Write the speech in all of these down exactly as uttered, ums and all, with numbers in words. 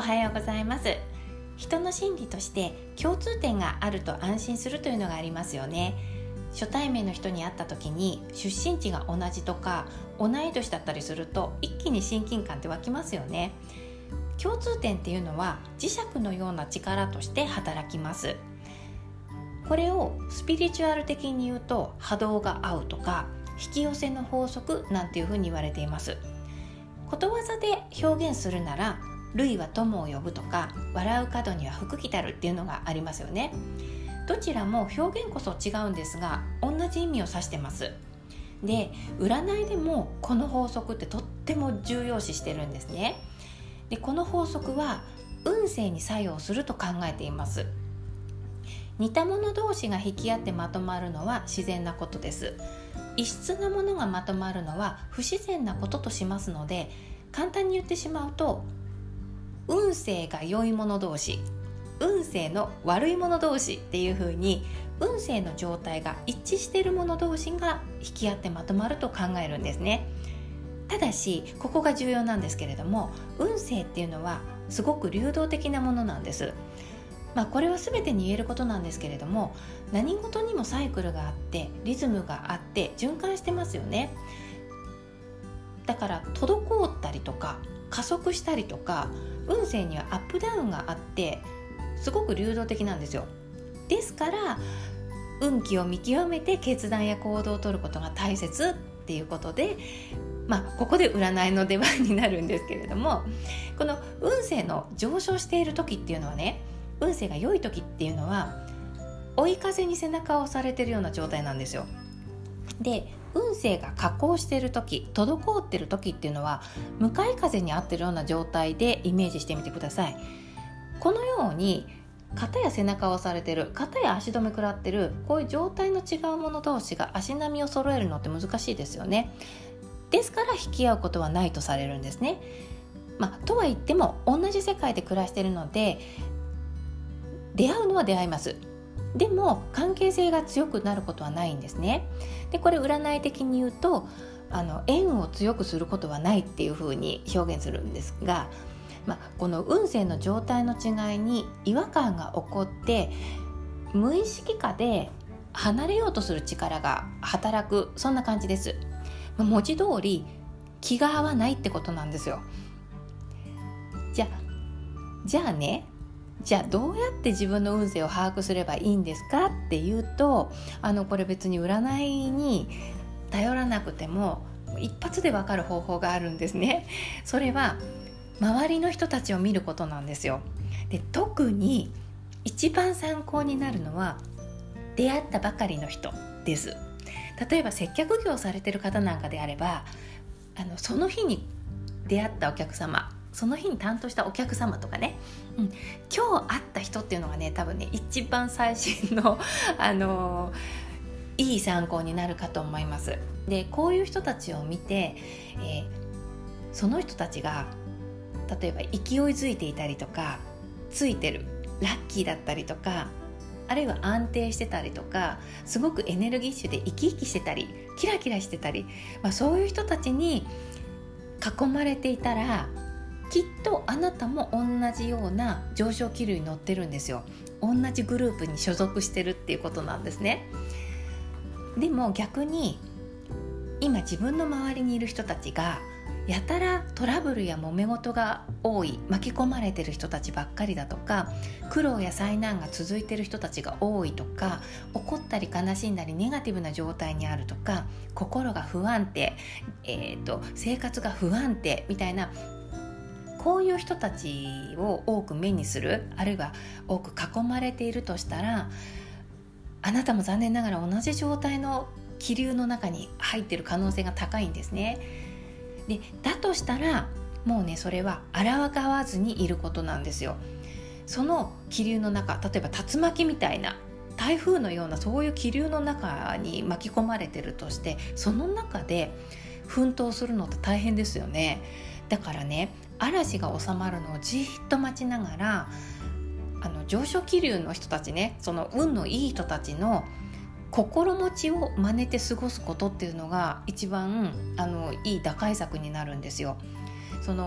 はようございます。人の心理として共通点があると安心するというのがありますよね。初対面の人に会った時に出身地が同じとか同い年だったりすると一気に親近感って湧きますよね。共通点っていうのは磁石のような力として働きます。これをスピリチュアル的に言うと波動が合うとか引き寄せの法則なんていうふうに言われています。ことわざで表現するなら類は友を呼ぶとか笑う角には福来たるっていうのがありますよね。どちらも表現こそ違うんですが同じ意味を指してます。で、占いでもこの法則ってとっても重要視してるんですね。で、この法則は運勢に作用すると考えています。似た者同士が引き合ってまとまるのは自然なことです。異質なものがまとまるのは不自然なこととしますので、簡単に言ってしまうと運勢が良い者同士、運勢の悪い者同士っていう風に運勢の状態が一致している者同士が引き合ってまとまると考えるんですね。ただしここが重要なんですけれども、運勢っていうのはすごく流動的なものなんです。まあ、これは全てに言えることなんですけれども、何事にもサイクルがあってリズムがあって循環してますよね。だから滞ったりとか加速したりとか運勢にはアップダウンがあってすごく流動的なんですよ。ですから運気を見極めて決断や行動を取ることが大切っていうことで、まあここで占いの出番になるんですけれども、この運勢の上昇している時っていうのはね、運勢が良い時っていうのは追い風に背中を押されているような状態なんですよ。で、運勢が下降している時、滞っている時っていうのは向かい風に合っているような状態でイメージしてみてください。このように肩や背中を押されてる、肩や足止め食らってる、こういう状態の違う者同士が足並みを揃えるのって難しいですよね。ですから引き合うことはないとされるんですね。まあ、とは言っても同じ世界で暮らしているので出会うのは出会います。でも関係性が強くなることはないんですね。で、これ占い的に言うとあの縁を強くすることはないっていうふうに表現するんですが、まあ、この運勢の状態の違いに違和感が起こって無意識下で離れようとする力が働く、そんな感じです。まあ、文字通り気が合わないってことなんですよ。じゃあじゃあねじゃあどうやって自分の運勢を把握すればいいんですかっていうと、あのこれ別に占いに頼らなくても一発でわかる方法があるんですね。それは周りの人たちを見ることなんですよ。で、特に一番参考になるのは出会ったばかりの人です。例えば接客業をされている方なんかであれば、あのその日に出会ったお客様、その日に担当したお客様とかね、うん、今日会った人っていうのがね、多分ね一番最新の、あのー、いい参考になるかと思います。で、こういう人たちを見て、えー、その人たちが例えば勢いづいていたりとかついてる、ラッキーだったりとか、あるいは安定してたりとか、すごくエネルギッシュで生き生きしてたりキラキラしてたり、まあ、そういう人たちに囲まれていたらきっとあなたも同じような上昇気流に乗ってるんですよ。同じグループに所属してるっていうことなんですね。でも逆に今自分の周りにいる人たちがやたらトラブルや揉め事が多い、巻き込まれてる人たちばっかりだとか、苦労や災難が続いてる人たちが多いとか、怒ったり悲しんだりネガティブな状態にあるとか、心が不安定、えーと、生活が不安定みたいな、こういう人たちを多く目にする、あるいは多く囲まれているとしたら、あなたも残念ながら同じ状態の気流の中に入っている可能性が高いんですね。で、だとしたらもうね、それは抗わずにいることなんですよ。その気流の中、例えば竜巻みたいな台風のようなそういう気流の中に巻き込まれてるとして、その中で奮闘するのって大変ですよね。だからね、嵐が収まるのをじーっと待ちながら、あの上昇気流の人たちね、その運のいい人たちの心持ちを真似て過ごすことっていうのが一番あのいい打開策になるんですよ。その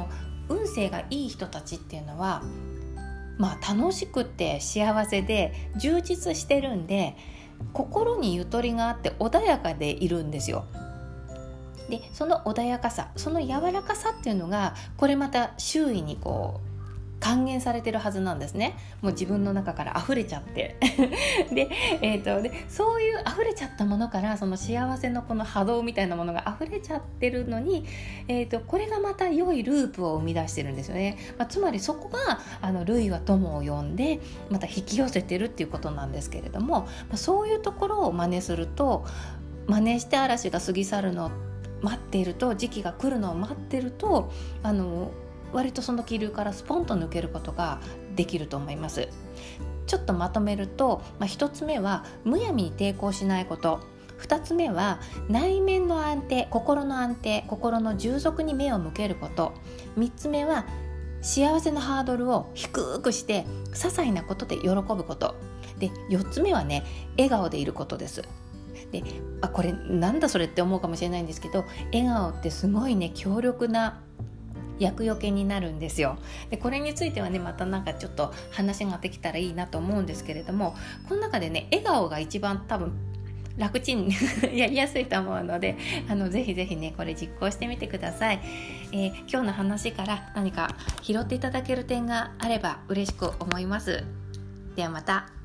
運勢がいい人たちっていうのは、まあ、楽しくて幸せで充実してるんで、心にゆとりがあって穏やかでいるんですよ。でその穏やかさ、その柔らかさっていうのが、これまた周囲にこう還元されてるはずなんですね。もう自分の中から溢れちゃってで、えーと、でそういう溢れちゃったものから、その幸せのこの波動みたいなものが溢れちゃってるのに、えーと、これがまた良いループを生み出してるんですよね。まあ、つまりそこがあの類は友を呼んでまた引き寄せてるっていうことなんですけれども、まあ、そういうところを真似すると、真似して嵐が過ぎ去るのを待っていると、時期が来るのを待ってると、あの割とその気流からスポンと抜けることができると思います。ちょっとまとめると、まあ、ひとつめはむやみに抵抗しないこと、ふたつめは内面の安定、心の安定、心の充足に目を向けること、みっつめは幸せのハードルを低くして些細なことで喜ぶこと、でよっつめはね、笑顔でいることです。であこれなんだそれって思うかもしれないんですけど、笑顔ってすごいね、強力な厄除けになるんですよ。でこれについてはね、またなんかちょっと話ができたらいいなと思うんですけれども、この中でね、笑顔が一番多分楽ちんやりやすいと思うので、あのぜひぜひね、これ実行してみてください。えー、今日の話から何か拾っていただける点があれば嬉しく思います。ではまた。